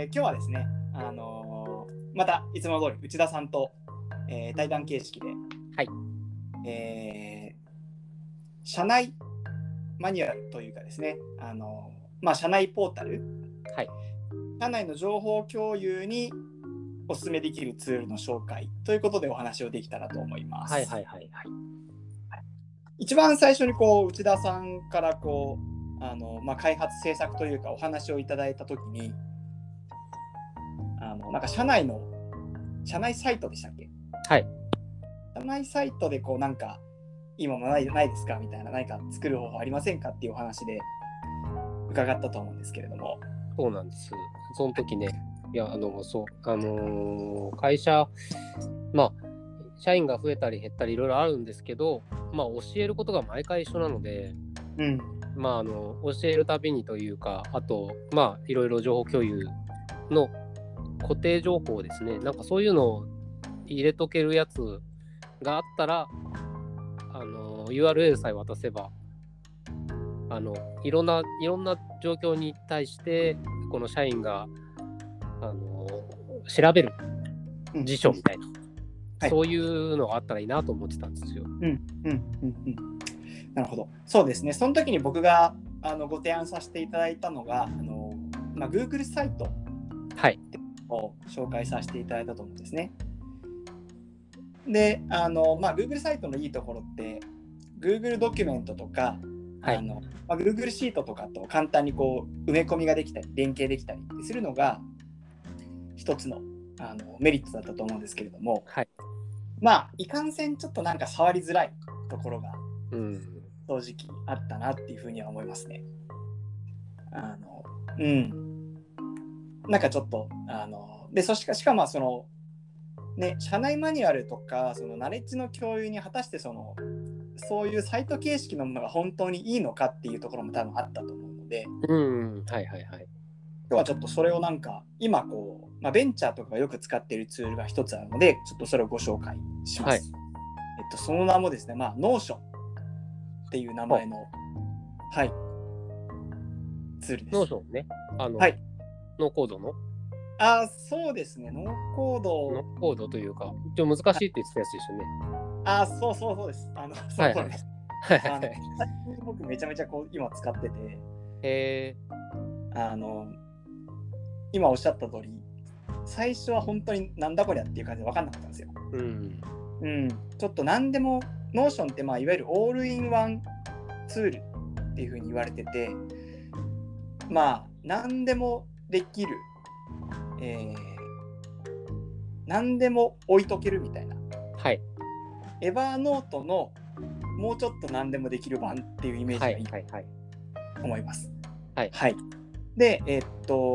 今日はですね、またいつも通り内田さんと、対談形式で、 はい社内マニュアルというかですね、社内ポータル、 はい社内の情報共有にお勧めできるツールの紹介ということでお話をできたらと思います。 はいはいはいはい。 一番最初に内田さんから開発制作というかお話をいただいたときに、なんか社内サイトでしたっけ？ はい。 社内サイトでなんか今もないですかみたいな、何か作る方法ありませんかっていうお話で伺ったと思うんですけれども。 そうなんです。その時ね、会社、社員が増えたり減ったりいろいろあるんですけど、教えることが毎回一緒なので、教えるたびにというか、あと、いろいろ情報共有の固定情報ですね、なんかそういうのを入れとけるやつがあったら、URL さえ渡せば、いろんな状況に対してこの社員が調べる辞書みたいな、そういうのがあったらいいなと思ってたんですよ。 なるほど。そうですね。その時に僕がご提案させていただいたのがGoogle サイトを紹介させていただいたと思うんですね。で、Google サイトのいいところって Google ドキュメントとか、Google シートとかと簡単に埋め込みができたり連携できたりするのが一つの、メリットだったと思うんですけれども、いかんせんちょっとなんか触りづらいところが正直あったなっていうふうには思いますね。なんかちょっとでしかも社内マニュアルとかナレッジの共有に果たしてそういうサイト形式のものが本当にいいのかっていうところも多分あったと思うので、今日はちょっとそれをなんか今ベンチャーとかがよく使っているツールが一つあるので、ちょっとそれをご紹介します。その名もですね、Notion っていう名前の、ツールです。 Notion ね。ノーコードの？ そうですね。ノーコードというか、一応難しいって言ってたやつですよね。 そうです。そうです。僕めちゃめちゃ今使ってて、今おっしゃった通り、最初は本当になんだこりゃっていう感じで分かんなかったんですよ。ちょっと何でも Notion っていわゆるオールインワンツールっていう風に言われてて、何でもできる、何でも置いとけるみたいな、エバーノートのもうちょっと何でもできる版っていうイメージがいいと思います。で、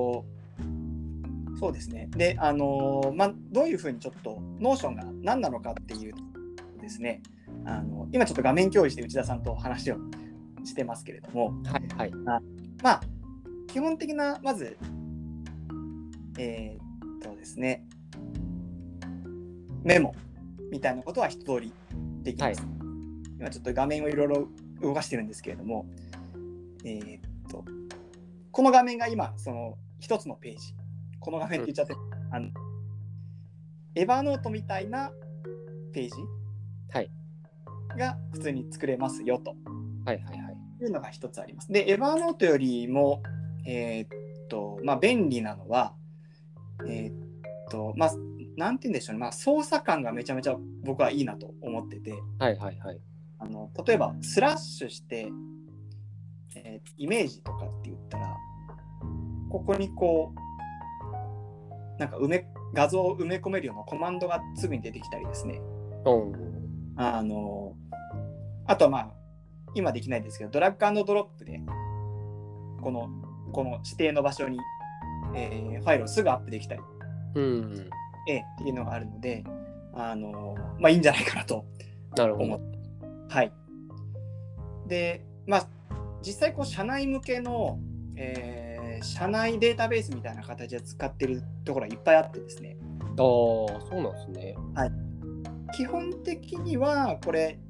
そうですね。で、どういうふうにちょっと Notion が何なのかっていうですね、今ちょっと画面共有して内田さんと話をしてますけれども、基本的なまずですね、メモみたいなことは一通りできます。今ちょっと画面をいろいろ動かしてるんですけれども、この画面が今一つのページ、この画面って言っちゃって、エバーノートみたいなページが普通に作れますよというのが一つあります。で、エバーノートよりも便利なのはなんて言うんでしょうね、操作感がめちゃめちゃ僕はいいなと思ってて、例えばスラッシュして、イメージとかって言ったら、ここになんか画像を埋め込めるようなコマンドがすぐに出てきたりですね。あとは今できないですけど、ドラッグ&ドロップでこの指定の場所に、ファイルをすぐアップできたり、っていうのがあるので、いいんじゃないかなと思って。で、実際社内向けの、社内データベースみたいな形で使ってるところがいっぱいあってですね。 そうなんですね。 基本的にはこれ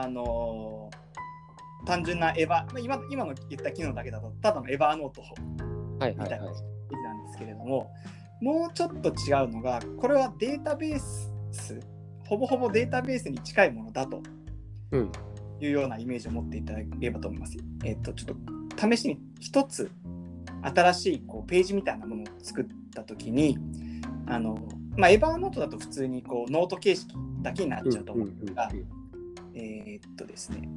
単純な今の言った機能だけだとただのエバーノートみたいな感じなんですけれども、もうちょっと違うのが、これはデータベース、ほぼほぼデータベースに近いものだというようなイメージを持っていただければと思います。ちょっと試しに一つ新しいこうページみたいなものを作ったときに、エバーノートだと普通にこうノート形式だけになっちゃうと思うんですが、ですね、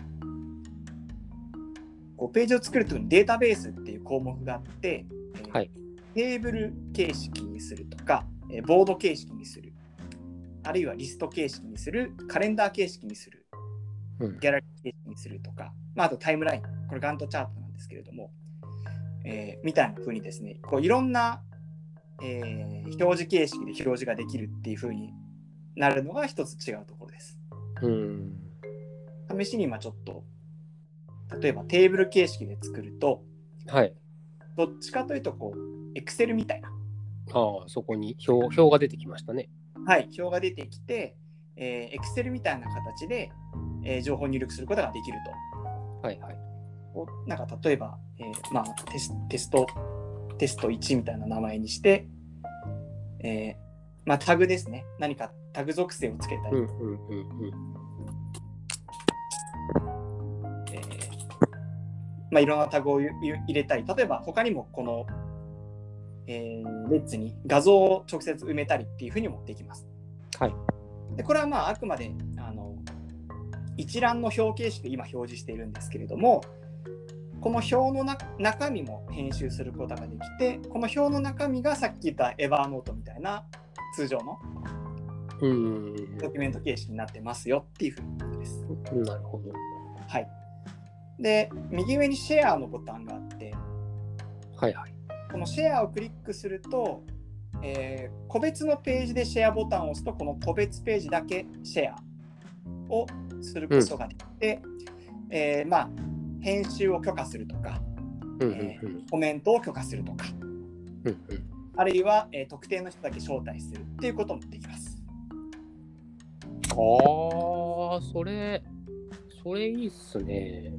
こうページを作るときにデータベースっていう項目があって、テーブル形式にするとか、ボード形式にする、あるいはリスト形式にする、カレンダー形式にする、ギャラリー形式にするとか、あとタイムライン、これガントチャートなんですけれども、みたいな風にですね、こういろんな、表示形式で表示ができるっていう風になるのが一つ違うところです。試しに今ちょっと例えばテーブル形式で作ると、どっちかというとこう Excel みたいな、 そこに表が出てきましたね。 表が出てきて、Excel みたいな形で、情報を入力することができると。なんか例えば、テスト1みたいな名前にして、タグですね。何かタグ属性をつけたり、いろんなタグを入れたり、例えば他にもこの、レッツに画像を直接埋めたりっていうふうにもできます。でこれはあくまで一覧の表形式で今表示しているんですけれども、この表の中身も編集することができて、この表の中身がさっき言ったエバーノートみたいな通常のドキュメント形式になってますよっていうふうにことです。 なるほど。 で、右上にシェアのボタンがあって、このシェアをクリックすると、個別のページでシェアボタンを押すと、この個別ページだけシェアをすることができて、編集を許可するとか、コメントを許可するとか、あるいは、特定の人だけ招待するっていうこともできます。 それいいっすね。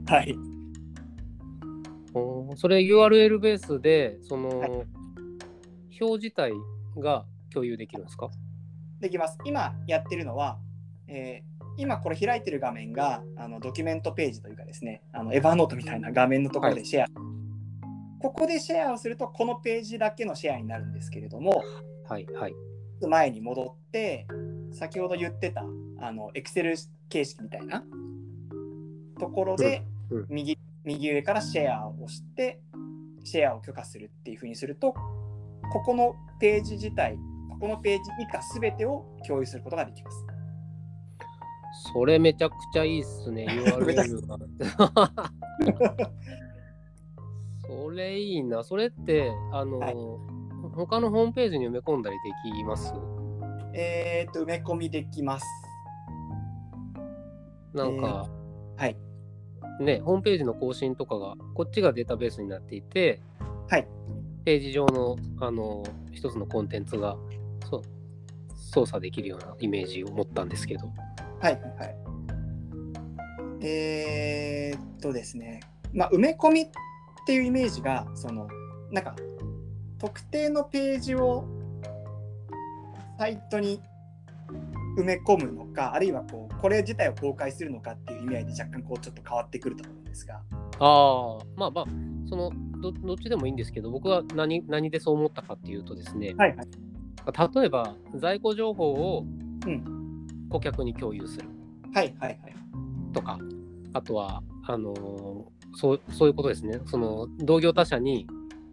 それ URL ベースでその、表自体が共有できるんですか？ できます。今やってるのは、今これ開いてる画面がドキュメントページというかですね、エヴァーノートみたいな画面のところでシェア、ここでシェアをするとこのページだけのシェアになるんですけれども、前に戻って先ほど言ってたExcel 形式みたいなところで、右上からシェアを押してシェアを許可するっていう風にすると、ここのページ自体、ここのページ以下すべてを共有することができます。 それめちゃくちゃいいっすね。URL がそれいいな。それって他のホームページに埋め込んだりできます？ 埋め込みできます。 なんか、ね、ホームページの更新とかがこっちがデータベースになっていて、ページ上の一つのコンテンツが操作できるようなイメージを持ったんですけど。 ですね、埋め込みっていうイメージがなんか特定のページをサイトに埋め込むのか、あるいはこれ自体を公開するのかっていう意味合いで若干ちょっと変わってくると思うんですが、 そのどっちでもいいんですけど、僕は何でそう思ったかっていうとですね、例えば在庫情報を顧客に共有するとか、あとはそういうことですね。その同業他社に、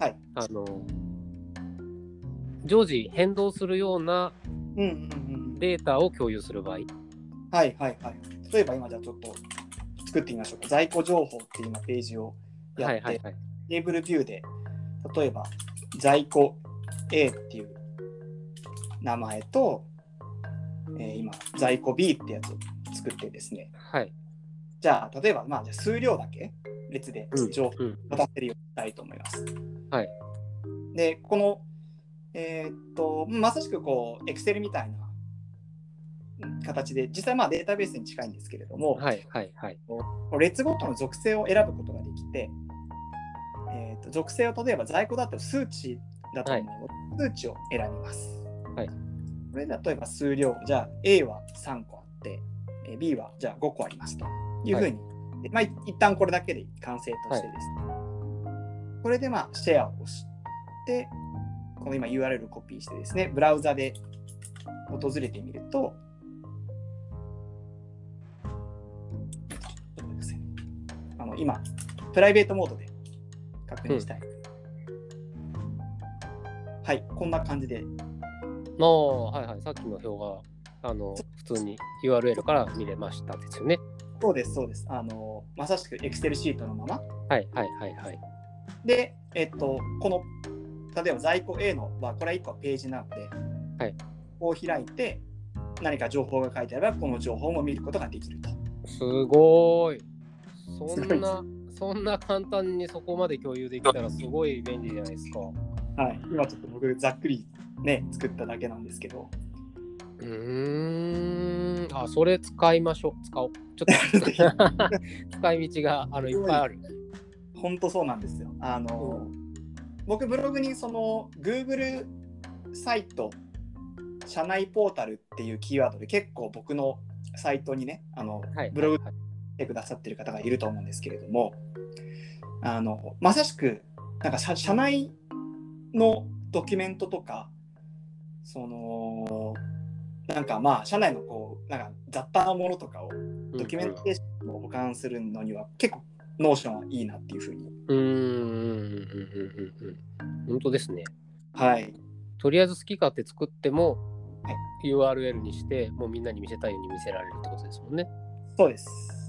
常時変動するようなデータを共有する場合、 例えば今じゃあちょっと作ってみましょうか。在庫情報っていう今ページをやって、テーブルビューで例えば在庫 A っていう名前と、今在庫 B ってやつを作ってですね、じゃあ例えばじゃあ数量だけ列で情報を出せるようにしたいと思います。でこのまさしくExcel みたいな形で、実際データベースに近いんですけれども、列ごとの属性を選ぶことができて、属性を例えば在庫だと数値だと思うので、数値を選びます。 はい。 これ例えば数量、じゃあ A は3個あって、B はじゃあ5個ありますというふうに、はい、一旦これだけで完成としてですね、はい、これでシェアを押して、この今 URL をコピーしてですね、ブラウザで訪れてみると、今、プライベートモードで確認したい。はい、こんな感じで。 はいはい、さっきの表が普通に URL から見れましたですよね。 そうです、そうです。まさしく Excel シートのまま。 はいはいはいはい。 で、この、例えば在庫 A のは、これは1個ページなので、 はい、 こう開いて、何か情報が書いてあれば、この情報も見ることができると。 すごい。そんな簡単にそこまで共有できたらすごい便利じゃないですか。 はい、今ちょっと僕ざっくりね作っただけなんですけど。 それ使いましょう。使おう。ちょっと使い道がいっぱいある。 本当そうなんですよ。僕ブログにその Google サイト社内ポータルっていうキーワードで結構僕のサイトにねブログしてくださってる方がいると思うんですけれども、まさしくなんか社内のドキュメントとかなんか社内のなんか雑多なものとかをドキュメンテーションを保管するのには結構ノーションはいいなっていうふうに。 本当ですね。 はい。 とりあえず好き勝手作っても、はい、URL にしてもうみんなに見せたいように見せられるってことですもんね。 そうです。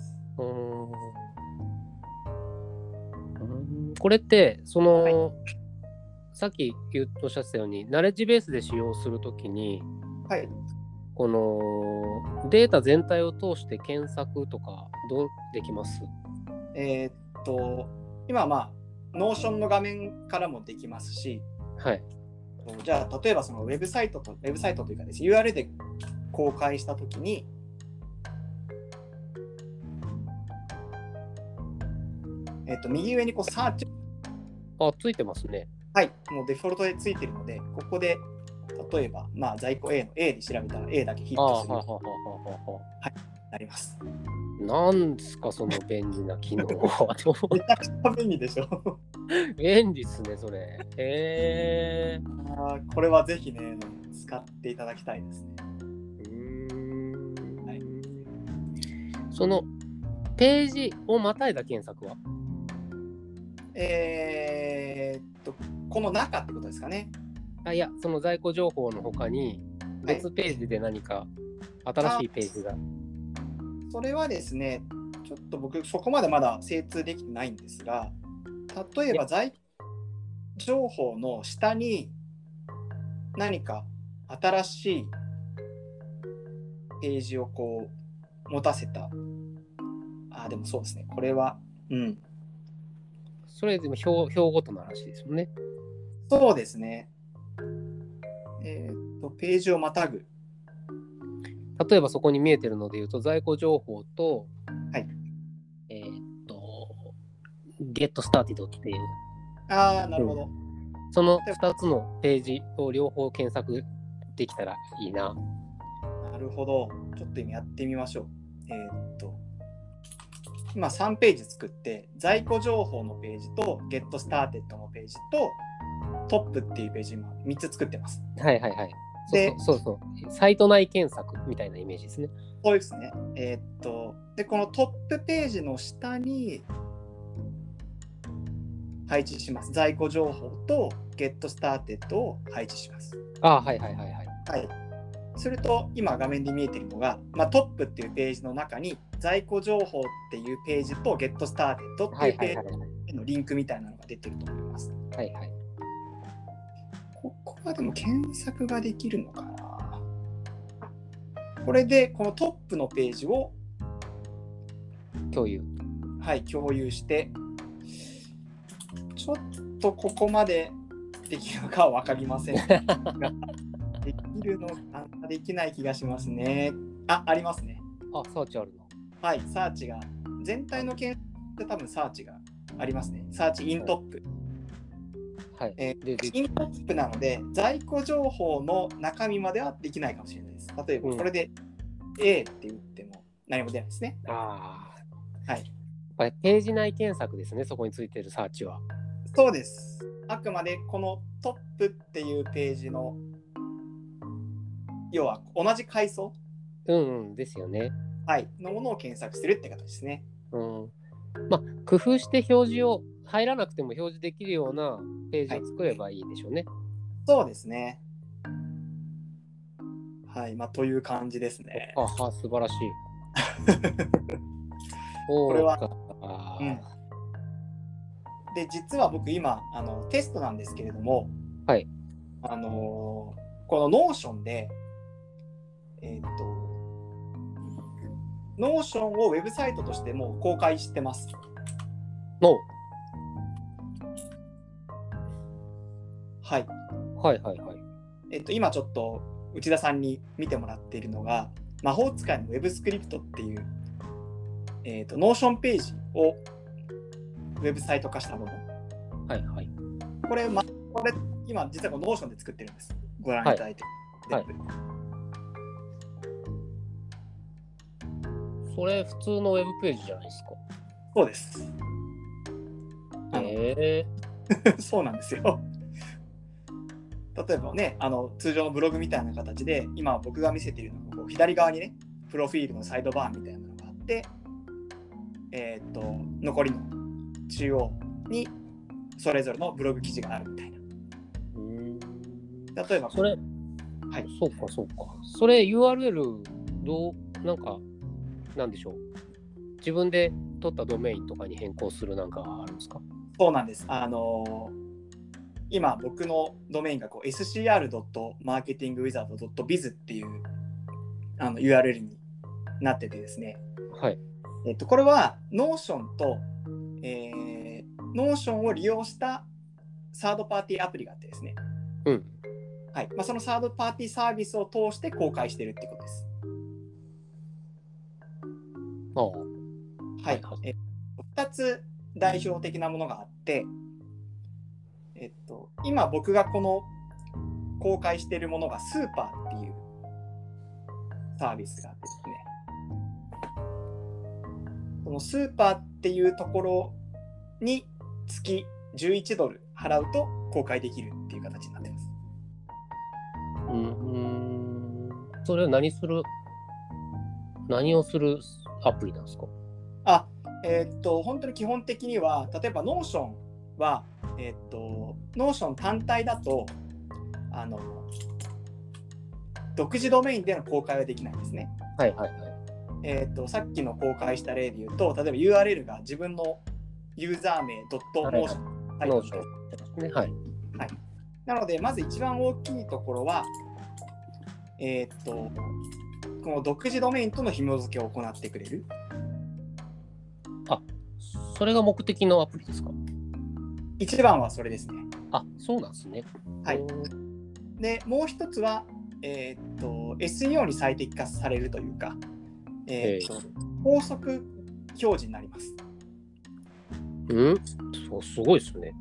これってはい、さっきおっしゃってたようにナレッジベースで使用するときに、 はい、 このデータ全体を通して検索とかどうできます？ 今ノーションの画面からもできますし、 はい、 じゃあ例えばそのウェブサイトというかです、URL で公開したときに、右上にサーチついてますね。 はい、もうデフォルトでついてるので、ここで例えば在庫 A の A で調べたら A だけヒットする。はい、なります。 なんですかその便利な機能は。 めちゃくちゃ便利でしょ。 便利ですねそれ。 これはぜひね使っていただきたいですね。 はい、そのページをまたいだ検索はこの中ってことですかね。 いや、その在庫情報の他に別ページで何か新しいページが、 それはですね、ちょっと僕そこまでまだ精通できてないんですが、例えば在庫情報の下に何か新しいページを持たせた。でもそうですね、これはそれでも表ごとの話ですよね。 そうですね。ページをまたぐ。 例えばそこに見えてるので言うと、在庫情報と、 はい。 get started っていう。 なるほど。 その2つのページを両方検索できたらいいな。 なるほど。ちょっと今やってみましょう。今3ページ作って、在庫情報のページと get started のページとトップっていうページ今3つ作ってます。 はいはいはい。そうサイト内検索みたいなイメージですね。 そうですね。でこのトップページの下に配置します。在庫情報と get started を配置します。 はいはいはいはい。 はい。すると今画面で見えているのが、トップっていうページの中に在庫情報っていうページと get started っていうページのリンクみたいなのが出てると思います。 はいはい。 ここはでも検索ができるのかな。これでこのトップのページを共有して、ちょっとここまでできるのかは分かりませんができるのかできない気がしますね。ありますね。 サーチあるな。 はい、サーチが全体の検索って多分サーチがありますね。サーチイントップ。 はい、 インポップなので在庫情報の中身まではできないかもしれないです。例えばこれで A って打っても何も出ないですね。 ああ、はい。 ページ内検索ですね、そこについてるサーチは。 そうです。あくまでこのトップっていうページの要は同じ階層、 ですよね。 はい、のものを検索するって形ですね。 まあ、工夫して表示を入らなくても表示できるようなページを作ればいいでしょうね。 そうですね。はい、まあ、という感じですね。 素晴らしい。 これは、で、実は僕今テストなんですけれども、 はい。 このノーションで、ノーションをウェブサイトとしてもう公開してます。はい。今ちょっと内田さんに見てもらっているのが、魔法使いのウェブスクリプトっていう、ノーションページをウェブサイト化したもの。これ今実はこのノーションで作ってるんです。ご覧いただいて。 それ普通のウェブページじゃないですか。 そうです。そうなんですよ。例えばね、通常のブログみたいな形で、今僕が見せているのがこう左側にね、プロフィールのサイドバーみたいなのがあって、残りの中央にそれぞれのブログ記事があるみたいな。例えばそれ、そうか。それ URL なんでしょう。自分で取ったドメインとかに変更するなんかあるんですか？ そうなんです。今僕のドメインがこう scr.marketingwizard.biz っていうURL になっててですね。これは Notion と、Notion を利用したサードパーティーアプリがあってですね。そのサードパーティーサービスを通して公開しているってことです。2つ代表的なものがあって、今僕がこの公開しているものがスーパーっていうサービスがあってですね、このスーパーっていうところに月11ドル払うと公開できるっていう形になってます。 それは何をするアプリなんですか？ 本当に基本的には、例えば Notion は、Notion 単体だと独自ドメインでの公開はできないんですね。さっきの公開した例で言うと、例えば URL が自分のユーザー名 .notion なので、まず一番大きいところは、この独自ドメインとの紐付けを行ってくれる。 それが目的のアプリですか？ 一番はそれですね。 そうなんですね。 で、もう一つは、SEO に最適化されるというか、高速表示になります。 すごいですね。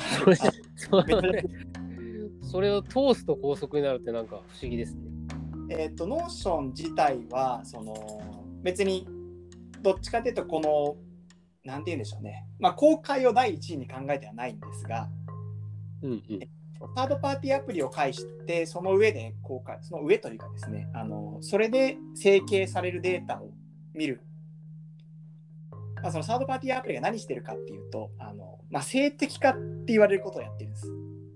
それを通すと高速になるってなんか不思議ですね。 Notion 自体は別にどっちかというとこのなんて言うんでしょうね、公開を第一位に考えてはないんですが、サードパーティーアプリを介してその上で公開、その上というかですね、それで整形されるデータを見る、そのサードパーティーアプリが何してるかっていうと静的化って言われることをやってるんです。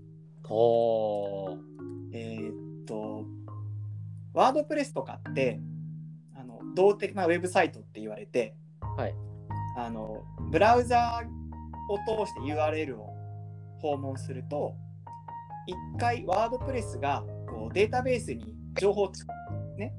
ワードプレスとかって動的なウェブサイトって言われて、ブラウザを通して URL を訪問すると、一回ワードプレスがこうデータベースに情報を作るんですね。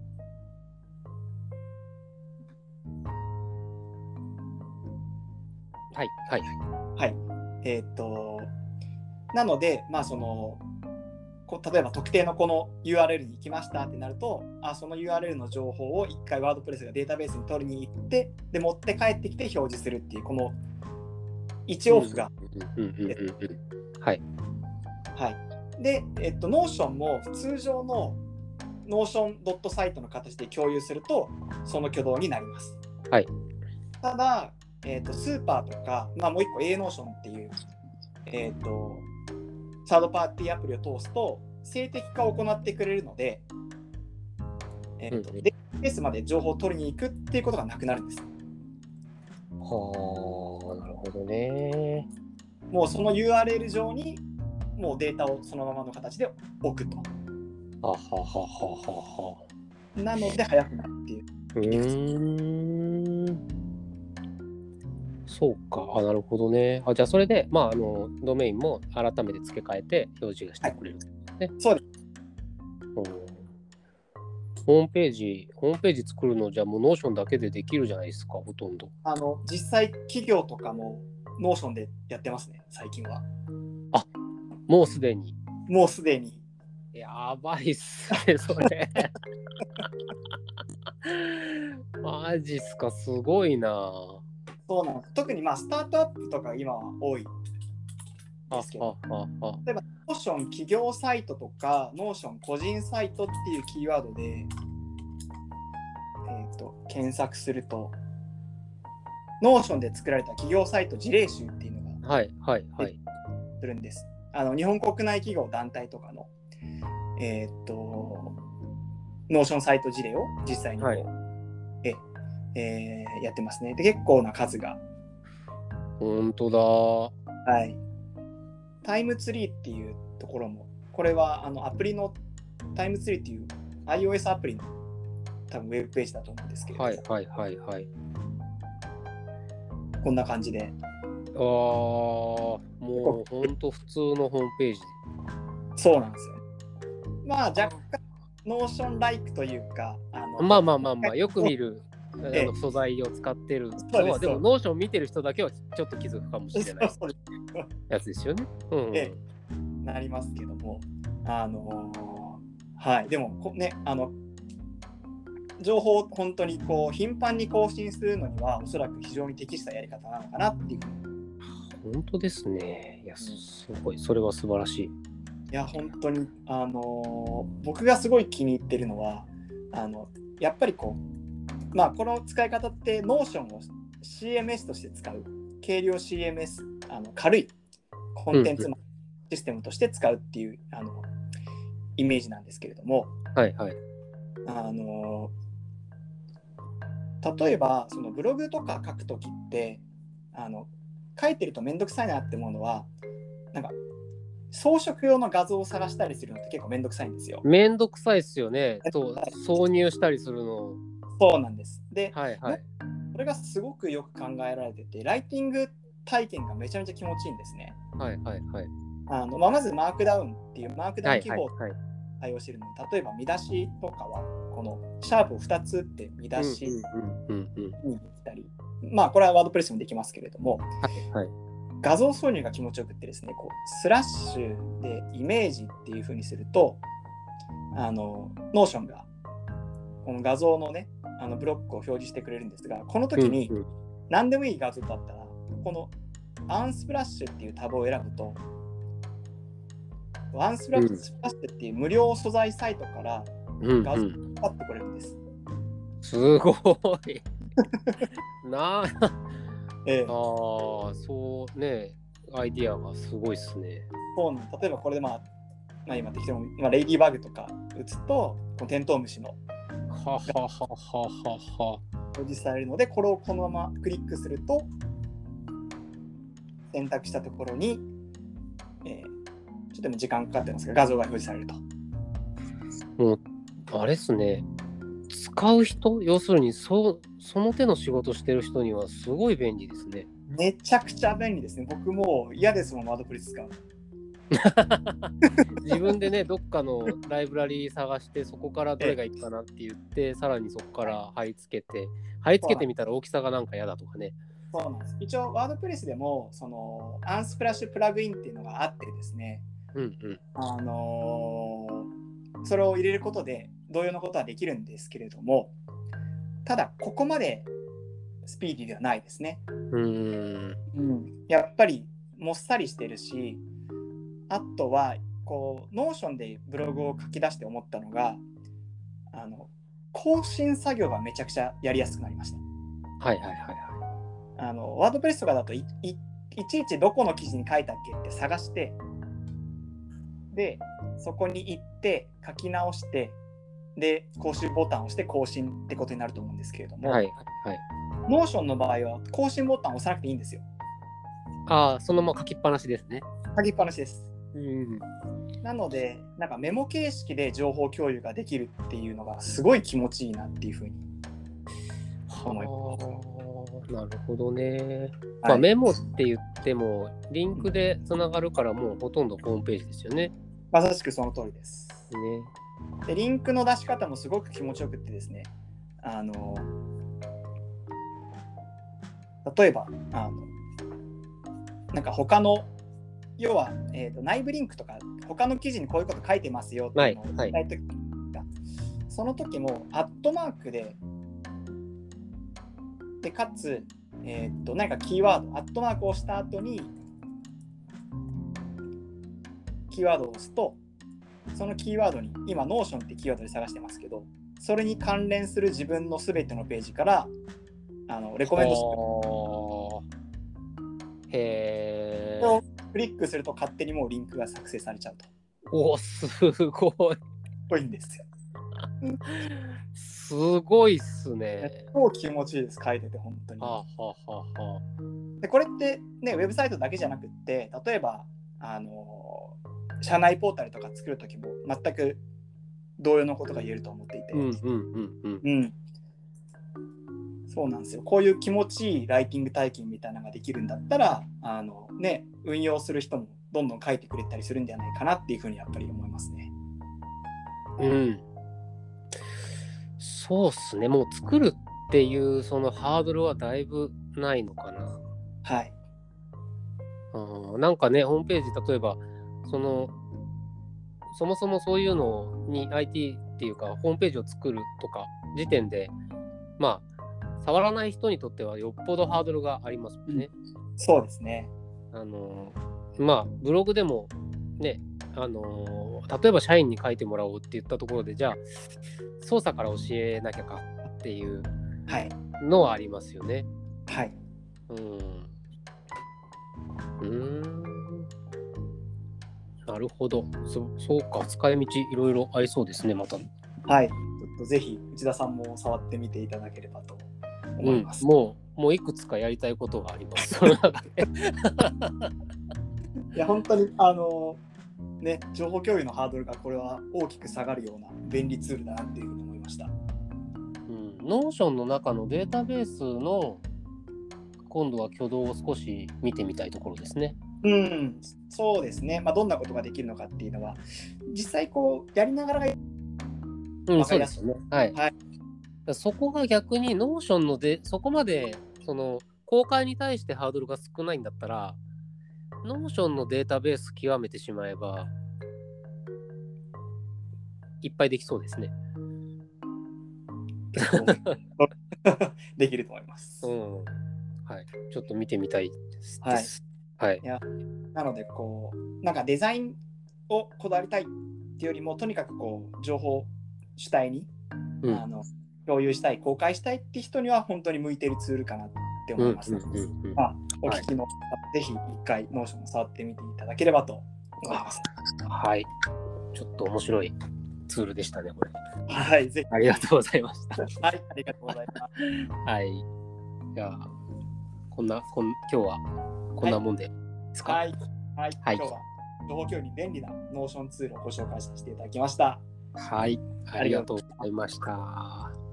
なので、例えば特定のこの URL に行きましたってなると、その URL の情報を一回ワードプレスがデータベースに取りに行って、で持って帰ってきて表示するっていうこの1往復がはい。で、Notion も通常の Notion ドットサイトの形で共有するとその挙動になります。 はい。 ただ、スーパーとか、まあ、もう一個 A-Notion っていう、サードパーティーアプリを通すと静的化を行ってくれるので、データベースまで情報を取りに行くっていうことがなくなるんです。 はあ、なるほどね。 もうその URL 上にもうデータをそのままの形で置くと。 はははははは。 なので早くなるっていう。 そうか。なるほどね。じゃあそれで、まあ、ドメインも改めて付け替えて表示がしてくれる、 ね。そうです。 ホームページ作るのじゃもう Notion だけでできるじゃないですか、ほとんど。 実際企業とかも Notion でやってますね、最近は。 もうすでに。 やばいっすね、それ。マジっすか、すごいな。 そうなんです。特にスタートアップとか今は多いですけど、例えば Notion 企業サイトとか Notion 個人サイトっていうキーワードで、検索すると Notion で作られた企業サイト事例集っていうのがするんです。日本国内企業団体とかのNotion サイト事例を実際にやってますね。で、結構な数が。 本当だ。 はい。タイムツリーっていうところも、これはアプリのタイムツリーっていう iOS アプリの多分ウェブページだと思うんですけれども。こんな感じで。 もう本当普通のホームページ。 そうなんですよ。まあ若干ノーションライクというか、 まあよく見る素材を使ってるのは、でもノーション見てる人だけはちょっと気づくかもしれないやつですよね。 なりますけども、はい、でもね、情報を本当に頻繁に更新するのにはおそらく非常に適したやり方なのかなっていう。 本当ですね。いや、すごい、それは素晴らしい。 いや本当に僕がすごい気に入ってるのはやっぱりこの使い方って Notion を CMS として使う軽量 CMS 軽いコンテンツシステムとして使うっていうイメージなんですけれども、例えばそのブログとか書くときって書いてるとめんどくさいなって思うのはなんか装飾用の画像を探したりするのって結構めんどくさいんですよ。 めんどくさいですよね。挿入したりするの。 そうなんです。で、これがすごくよく考えられてて、ライティング体験がめちゃめちゃ気持ちいいんですね。まずマークダウンっていうマークダウン記号を対応しているので、例えば見出しとかはこのシャープを2つって見出しにできたり、これはワードプレスでもできますけれども、画像挿入が気持ちよくってですね、スラッシュでイメージっていう風にすると、Notion がこの画像のね、ブロックを表示してくれるんですが、この時に何でもいい画像だったら、このアンスプラッシュっていうタブを選ぶと、アンスプラッシュっていう無料素材サイトから画像を引っ張ってくれるんです。 すごいなそうね、アイディアがすごいっすね。 そうね、例えばこれで今適当にレイディバグとか打つとテントウムシの表示されるので、これをこのままクリックすると選択したところに、ちょっとでも時間かかってますが画像が表示されると。 もうあれっすね、使う人、要するにその手の仕事してる人にはすごい便利ですね。 めちゃくちゃ便利ですね。僕も嫌ですもん、ワードプレス使う。 自分でね、どっかのライブラリー探してそこからどれがいいかなって言ってさらにそこから貼り付けてみたら大きさがなんか嫌だとかね。 そうなんです。一応ワードプレスでもそのアンスプラッシュプラグインっていうのがあってですね、それを入れることで同様のことはできるんですけれども、ただここまでスピーディーではないですね。やっぱりもっさりしてるし、あとはこう Notion でブログを書き出して思ったのが、更新作業がめちゃくちゃやりやすくなりました。 はいはいはいはい。 ワードプレスとかだといちいちどこの記事に書いたっけって探して、でそこに行って書き直して、で更新ボタンを押して更新ってことになると思うんですけれども、 はいはい。 Notion の場合は更新ボタンを押さなくていいんですよ。 ああ、そのまま書きっぱなしですね。 書きっぱなしです。 うん。 なのでなんかメモ形式で情報共有ができるっていうのがすごい気持ちいいなっていうふうに思います。 なるほどね。 はい、 まあ、メモって言ってもリンクでつながるからもうほとんどホームページですよね。 まさしくその通りです。 ね。 でリンクの出し方もすごく気持ちよくってですね、例えばなんか他の要は、内部リンクとか他の記事にこういうこと書いてますよっていうのを伝えて、その時もアットマークでかつ、何かキーワードアットマークを押した後にキーワードを押すと、そのキーワードに今 Notion ってキーワードで探してますけど、それに関連する自分のすべてのページからレコメンドしてへークリックすると勝手にもうリンクが作成されちゃうと。 お、すごい。 すごいんですよ。 すごいっすね。 超気持ちいいです、書いてて本当に。でこれってね、ウェブサイトだけじゃなくって、例えば社内ポータルとか作るときも全く同様のことが言えると思っていて、そうなんですよ。こういう気持ちいいライティング体験みたいなのができるんだったら運用する人もどんどん書いてくれたりするんじゃないかなっていうふうにやっぱり思いますね。 そうっすね。もう作るっていうそのハードルはだいぶないのかな。 はい。 なんかね、ホームページ例えばそもそもそういうのに IT っていうかホームページを作るとか時点でまあ触らない人にとってはよっぽどハードルがありますもんね。 そうですね。 まあブログでもね、例えば社員に書いてもらおうって言ったところで、じゃあ操作から教えなきゃかっていうのはありますよね。 はい。 なるほど。そうか、使い道いろいろありそうですね、また。 はい。ちょっとぜひ内田さんも触ってみていただければと思います。 もういくつかやりたいことがあります。 いや本当にね、情報共有のハードルがこれは大きく下がるような便利ツールだなっていうふうに思いました。 Notion の中のデータベースの今度は挙動を少し見てみたいところですね。 そうですね。どんなことができるのかっていうのは実際こうやりながらそうですよね。はい。そこが逆に Notion のでそこまでその公開に対してハードルが少ないんだったら Notion のデータベース極めてしまえばいっぱいできそうですね。 できると思います。 はい。ちょっと見てみたいです。 はい。いやなのでこうなんかデザインをこだわりたいっていうよりもとにかくこう情報主体に、共有したい公開したいって人には本当に向いているツールかなって思います。お聞きの方、ぜひ一回Notionを触ってみていただければと思います。 はい。ちょっと面白いツールでしたね、これ。 はい、ぜひ。 ありがとうございました。 はい、ありがとうございます。 はい。じゃあ、今日はこんなもんでですか？ はい。今日は情報共有に便利なNotionツールをご紹介させていただきました。 はい、ありがとうございました。